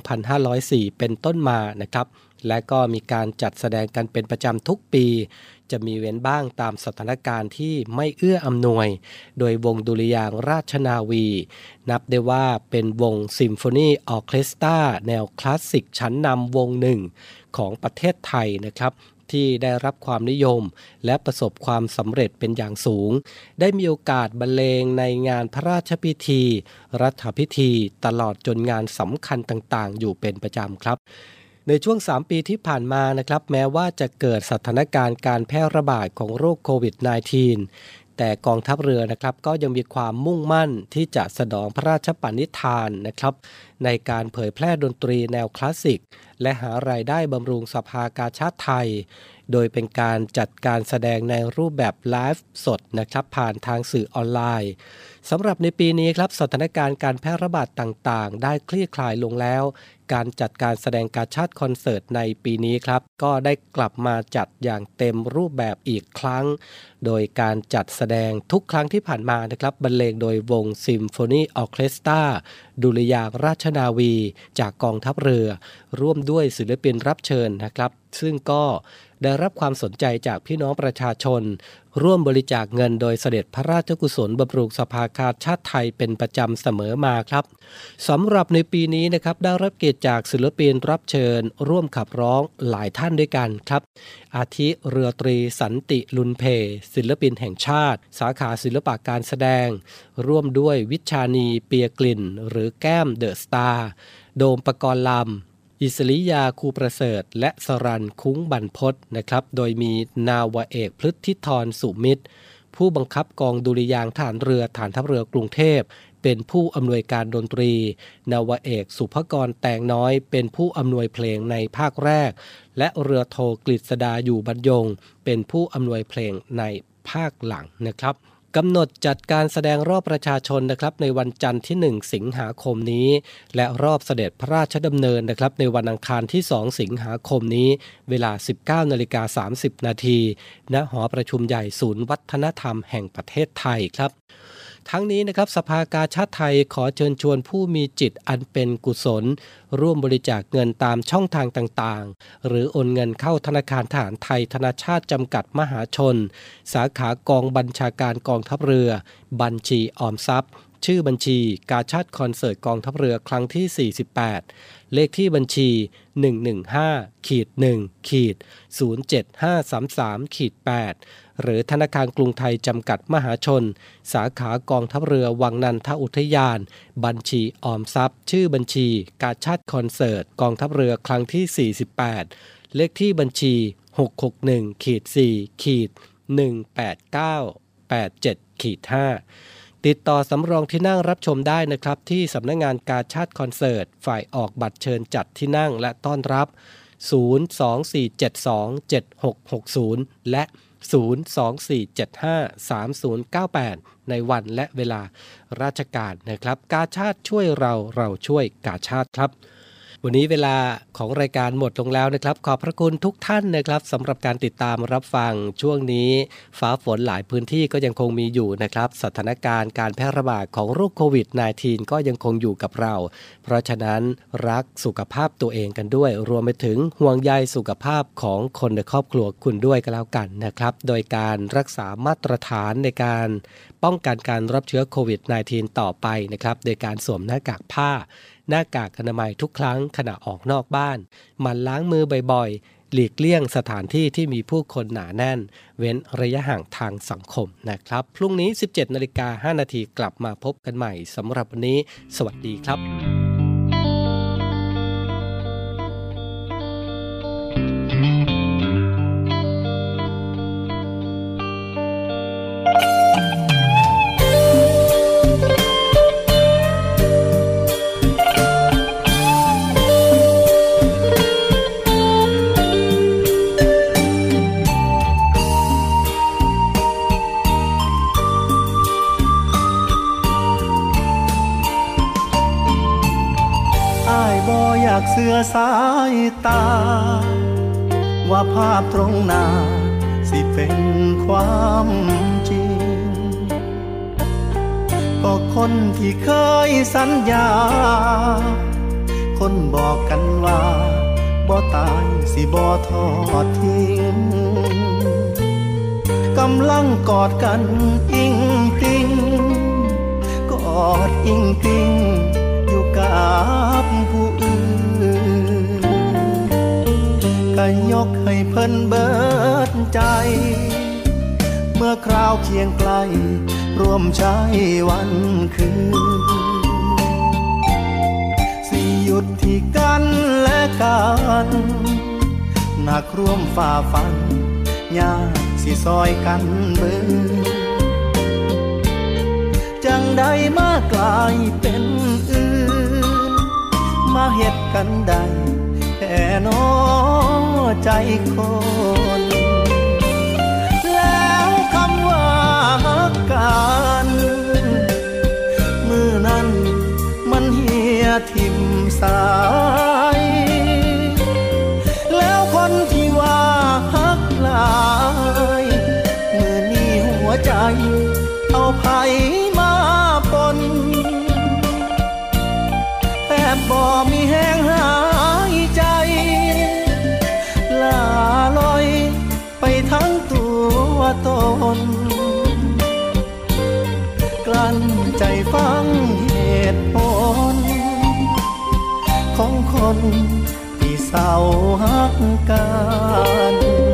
2504 เป็นต้นมานะครับและก็มีการจัดแสดงกันเป็นประจำทุกปีจะมีเว้นบ้างตามสถานการณ์ที่ไม่เอื้ออำนวยโดยวงดุริยางค์ราชนาวีนับได้ว่าเป็นวงซิมโฟนีออร์เคสตราแนวคลาสสิกชั้นนำวงหนึ่งของประเทศไทยนะครับที่ได้รับความนิยมและประสบความสำเร็จเป็นอย่างสูงได้มีโอกาสบรรเลงในงานพระราชพิธีรัฐพิธีตลอดจนงานสำคัญต่างๆอยู่เป็นประจำครับในช่วง3 ปีที่ผ่านมานะครับแม้ว่าจะเกิดสถานการณ์การแพร่ระบาดของโรคโควิด -19 แต่กองทัพเรือนะครับก็ยังมีความมุ่งมั่นที่จะสนองพระราชปณิธานนะครับในการเผยแพร่ดนตรีแนวคลาสสิกและหารายได้บำรุงสภากาชาดไทยโดยเป็นการจัดการแสดงในรูปแบบไลฟ์สดนะครับผ่านทางสื่อออนไลน์สำหรับในปีนี้ครับสถานการณ์การแพร่ระบาดต่างๆได้คลี่คลายลงแล้วการจัดการแสดงกาชาดคอนเสิร์ตในปีนี้ครับก็ได้กลับมาจัดอย่างเต็มรูปแบบอีกครั้งโดยการจัดแสดงทุกครั้งที่ผ่านมานะครับบรรเลงโดยวงซิมโฟนีออร์เคสตราดุริยางค์ราชนาวีจากกองทัพเรือร่วมด้วยศิลปินรับเชิญนะครับซึ่งก็ได้รับความสนใจจากพี่น้องประชาชนร่วมบริจาคเงินโดยเสด็จพระราชกุศลบำรุงสภากาชาดไทยเป็นประจำเสมอมาครับสำหรับในปีนี้นะครับได้รับเกียรติจากศิลปินรับเชิญร่วมขับร้องหลายท่านด้วยกันครับอาทิเรือตรีสันติลุนเพศิลปินแห่งชาติสาขาศิลปะการแสดงร่วมด้วยวิชานีเปียกลิ่นหรือแก้มเดอะสตาร์โดมปกรณ์ลำอิสริยาคูประเสริฐและสรัญคุ้งบรรพตนะครับโดยมีนาวาเอกพฤทธิธรสุมิตรผู้บังคับกองดุริยางค์ทหารเรือฐานทัพเรือกรุงเทพเป็นผู้อำนวยการดนตรีนาวาเอกสุภกรแตงน้อยเป็นผู้อำนวยเพลงในภาคแรกและเรือโทกฤษดาอยู่บรรยงเป็นผู้อำนวยเพลงในภาคหลังนะครับกำหนดจัดการแสดงรอบประชาชนนะครับในวันจันทร์ที่1สิงหาคมนี้และรอบเสด็จพระราชดำเนินนะครับในวันอังคารที่2สิงหาคมนี้เวลา 19:30 น.ณ หอประชุมใหญ่ศูนย์วัฒนธรรมแห่งประเทศไทยครับทั้งนี้นะครับสภากาชาดไทยขอเชิญชวนผู้มีจิตอันเป็นกุศลร่วมบริจาคเงินตามช่องทางต่างๆหรือโอนเงินเข้าธนาคารทหารไทยธนชาติจำกัดมหาชนสาขากองบัญชาการกองทัพเรือบัญชีออมทรัพย์ชื่อบัญชีกาชาดคอนเสิร์ตกองทัพเรือครั้งที่48เลขที่บัญชี 115-1-07533-8 หรือธนาคารกรุงไทยจำกัดมหาชนสาขากองทัพเรือวังนันทอุทยานบัญชีออมทรัพย์ชื่อบัญชีกาชาดคอนเสิร์ตกองทัพเรือครั้งที่48เลขที่บัญชี 661-4-18987-5 ติดต่อสำรองที่นั่งรับชมได้นะครับที่สำนักงานกาชาดคอนเสิร์ตฝ่ายออกบัตรเชิญจัดที่นั่งและต้อนรับ 024727660 และ 024753098 ในวันและเวลาราชการนะครับกาชาดช่วยเราช่วยกาชาดครับวันนี้เวลาของรายการหมดลงแล้วนะครับขอบพระคุณทุกท่านนะครับสำหรับการติดตามรับฟังช่วงนี้ฟ้าฝนหลายพื้นที่ก็ยังคงมีอยู่นะครับสถานการณ์การแพร่ระบาดของโรคโควิด -19 ก็ยังคงอยู่กับเราเพราะฉะนั้นรักสุขภาพตัวเองกันด้วยรวมไปถึงห่วงใยสุขภาพของคนในครอบครัวคุณด้วยก็แล้วกันนะครับโดยการรักษามาตรฐานในการป้องกันการรับเชื้อโควิด -19 ต่อไปนะครับโดยการสวมหน้ากากผ้าหน้ากากอนามัยทุกครั้งขณะออกนอกบ้านหมั่นล้างมือบ่อยๆหลีกเลี่ยงสถานที่ที่มีผู้คนหนาแน่นเว้นระยะห่างทางสังคมนะครับพรุ่งนี้ 17:05 น.กลับมาพบกันใหม่สำหรับวันนี้สวัสดีครับเสื้อสายตาว่าภาพตรงหน้าสิเป็นความจริงก็คนที่เคยสัญญาคนบอกกันว่าบ่ตายสิบ่ทอดทิ้งกำลังกอดกันอิงติงกอดอิงติงอยู่กับผู้อื่นก็ยกให้เพิ่นเบิดใจเมื่อคราวเคียงไกลร่วมใช้วันคืนสิหยุดที่กันและกันหนักร่วมฝ่าฟันยากสิซอยกันเบิดจังใดมากลายเป็นอื่นมาเฮ็ดกันได้แค่น้อใจคนแล้วคำว่าฮักกันมือนั้นมันเหี่ยทิ่มสายแล้วคนที่ว่าฮักหลายมือนี้หัวใจเอาไผมาปนแทบบ่มีแห้งหายใจหลาที่เศร้าฮักกัน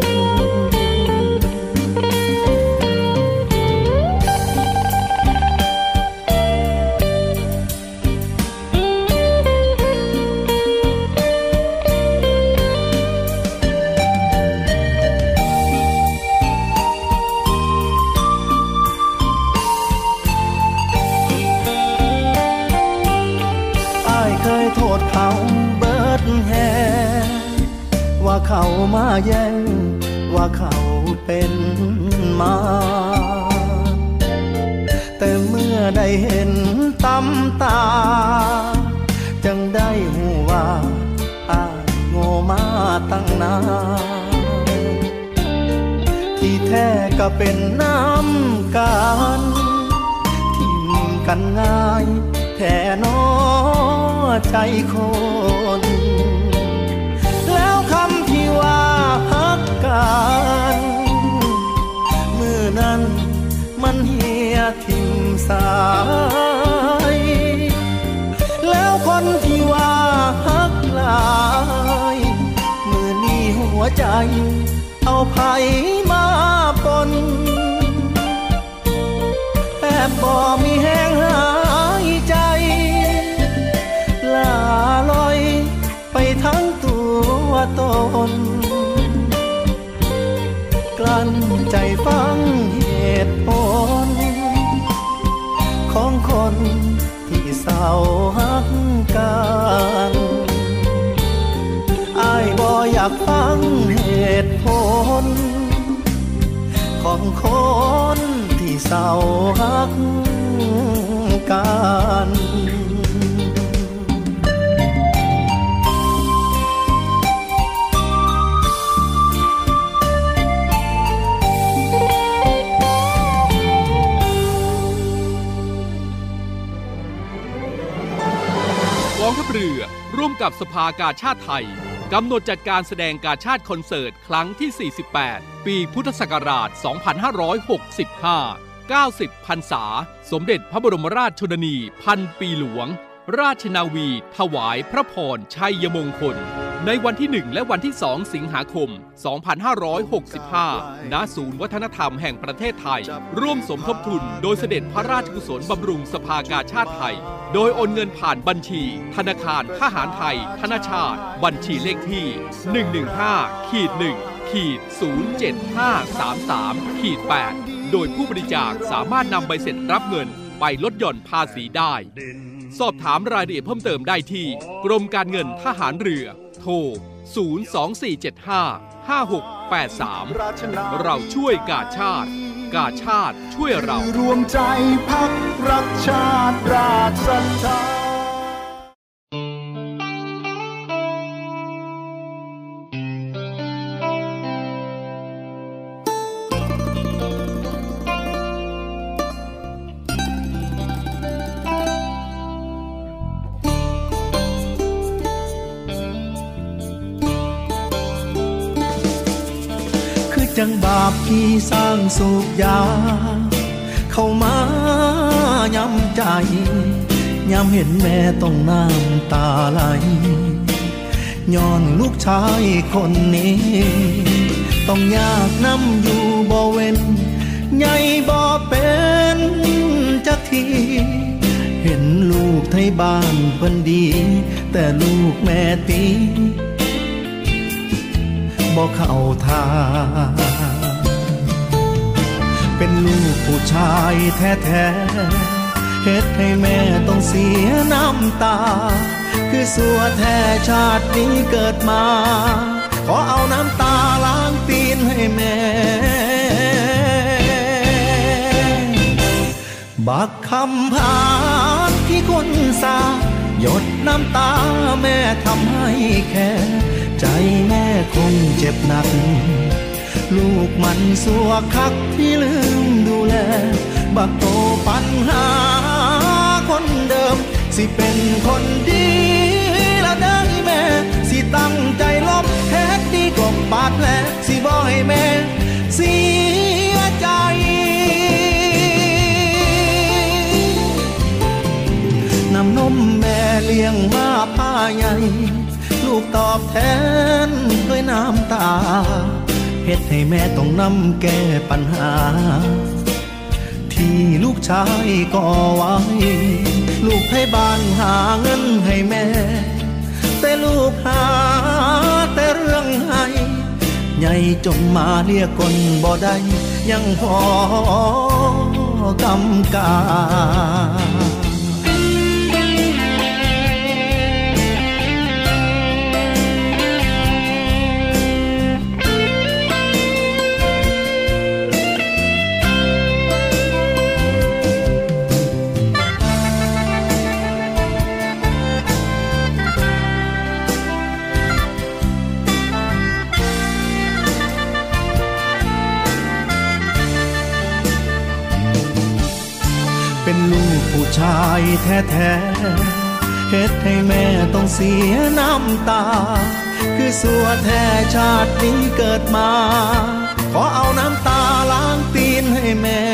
โทษเขาเบิดแฮว่าเขามาแย่งว่าเขาเป็นมาแต่เมื่อได้เห็นตำตาจังได้หูว่าอ้ายโง่มาตั้งนานที่แท้ก็เป็นน้ำกันทิ่มกันง่ายแท้น้อใจคนแล้วคำที่ว่าฮักกันมือนั้นมันเหี่ยทิ่มสายแล้วคนที่ว่าฮักหลายมือนี้หัวใจเอาไผมาปนแอบบ่มีแห้งหายใจลาลอยไปทั้งตัวตนกลั้นใจฟังเหตุผลของคนที่เศร้าฮักกันอ้ายบ่อยากฟังเหตุผลของคนที่เศร้าฮักกันกองทัพเรือร่วมกับสภากาชาดไทยกำหนดจัดการแสดงกาชาดคอนเสิร์ตครั้งที่ 48 ปีพุทธศักราช 2565 90 พรรษาสมเด็จพระบรมราชชนนีพันปีหลวงราชนาวีถวายพระพรชัยมงคลในวันที่ 1 และวันที่ 2 สิงหาคม 2565 ณ ศูนย์วัฒนธรรมแห่งประเทศไทยร่วมสมทบทุนโดยเสด็จพระราชกุศลบำรุงสภากาชาดไทยโดยโอนเงินผ่านบัญชีธนาคารทหารไทยธนชาติบัญชีเลขที่ 115-1-07533-8 โดยผู้บริจาคสามารถนำใบเสร็จรับเงินไปลดหย่อนภาษีได้สอบถามรายละเอียดเพิ่มเติมได้ที่กรมการเงินทหารเรือโทร 024755683 เราช่วยกาชาติกาชาติช่วยเรารวมใจพักรักชาติราชศรัทธาจังบาปที่สร้างสูบยาเข้ามายำใจยำเห็นแม่ต้องน้ำตาไหลย้อนลูกชายคนนี้ต้องยากน้ำอยู่บ่เว้นใหญ่บ่เป็นจักทีเห็นลูกไทยบ้านเพิ่นดีแต่ลูกแม่ตีบ่เข้าทางเป็นลูกผู้ชายแท้ๆเฮ็ดให้แม่ต้องเสียน้ำตาคือสัวแท้ชาตินี้เกิดมาขอเอาน้ำตาล้างตีนให้แม่บักคำพานที่คนสาหยดน้ำตาแม่ทำให้แค่ใจแม่คงเจ็บหนักลูกมันสัวคักที่ลืมดูแลบักโตปัญหาคนเดิมสิเป็นคนดีละเด้อแม่สิตั้งใจลบเฮ็ดดีกบบาดแผลสิบ่ให้แม่เสียใจน้ำนมแม่เลี้ยงมาป้าใหญ่ลูกตอบแทนด้วยน้ำตาเฮ็ดให้แม่ต้องนำแก้ปัญหาที่ลูกชายก่อไว้ลูกให้บ้านหาเงินให้แม่แต่ลูกหาแต่เรื่องให้ใหญ่จนมาเรียกคนบ่ได้ยังพอกำกาเป็นลูกผู้ชายแท้ๆเฮ็ดให้แม่ต้องเสียน้ำตาคือสัวแท้ชาตินี้เกิดมาขอเอาน้ำตาล้างตีนให้แม่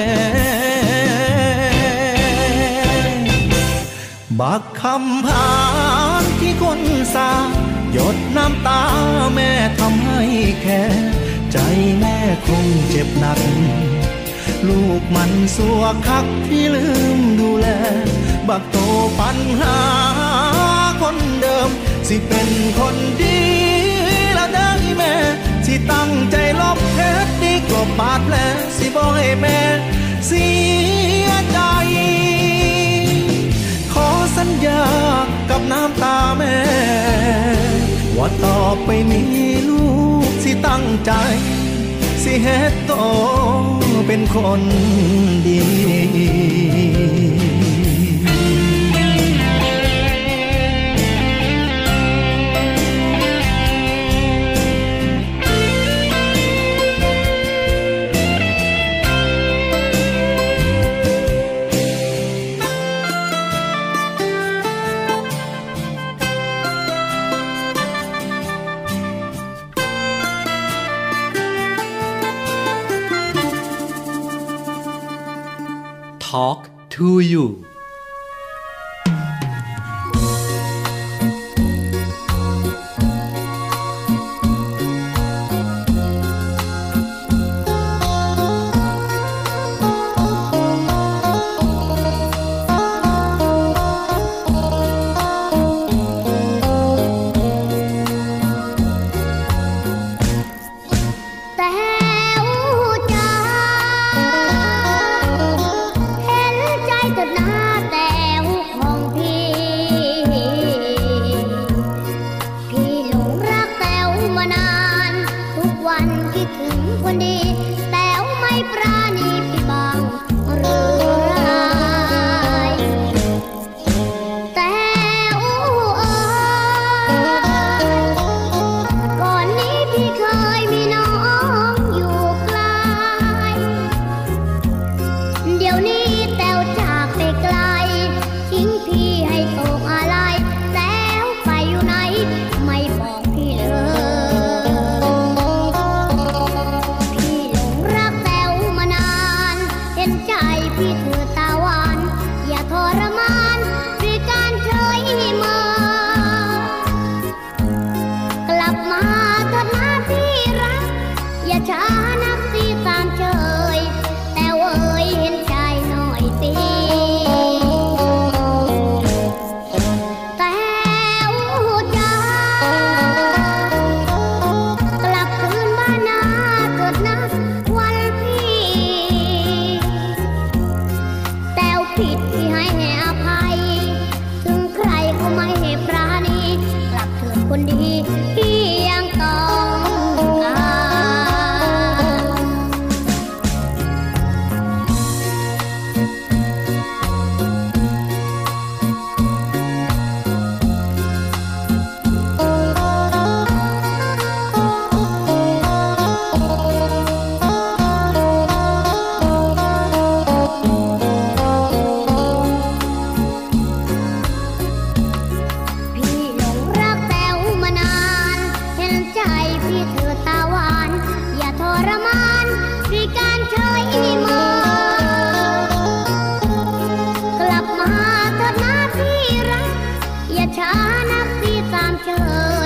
บักคำพานที่คนสาหยดน้ำตาแม่ทำให้แค่ใจแม่คงเจ็บหนักลูกมันสัวคักที่ลืมดูแลบักโตปัญหาคนเดิมสิเป็นคนดีแล้วได้แม่สิตั้งใจลบเท็จดีกลบบาดแผลสิบ่ให้แม่เสียใจขอสัญญากับน้ำตาแม่ว่าต่อไปนี้ลูกสิตั้งใจสิเฮ็ดโตเป็นคนดี Talk to you ช้านักที่ตามเชย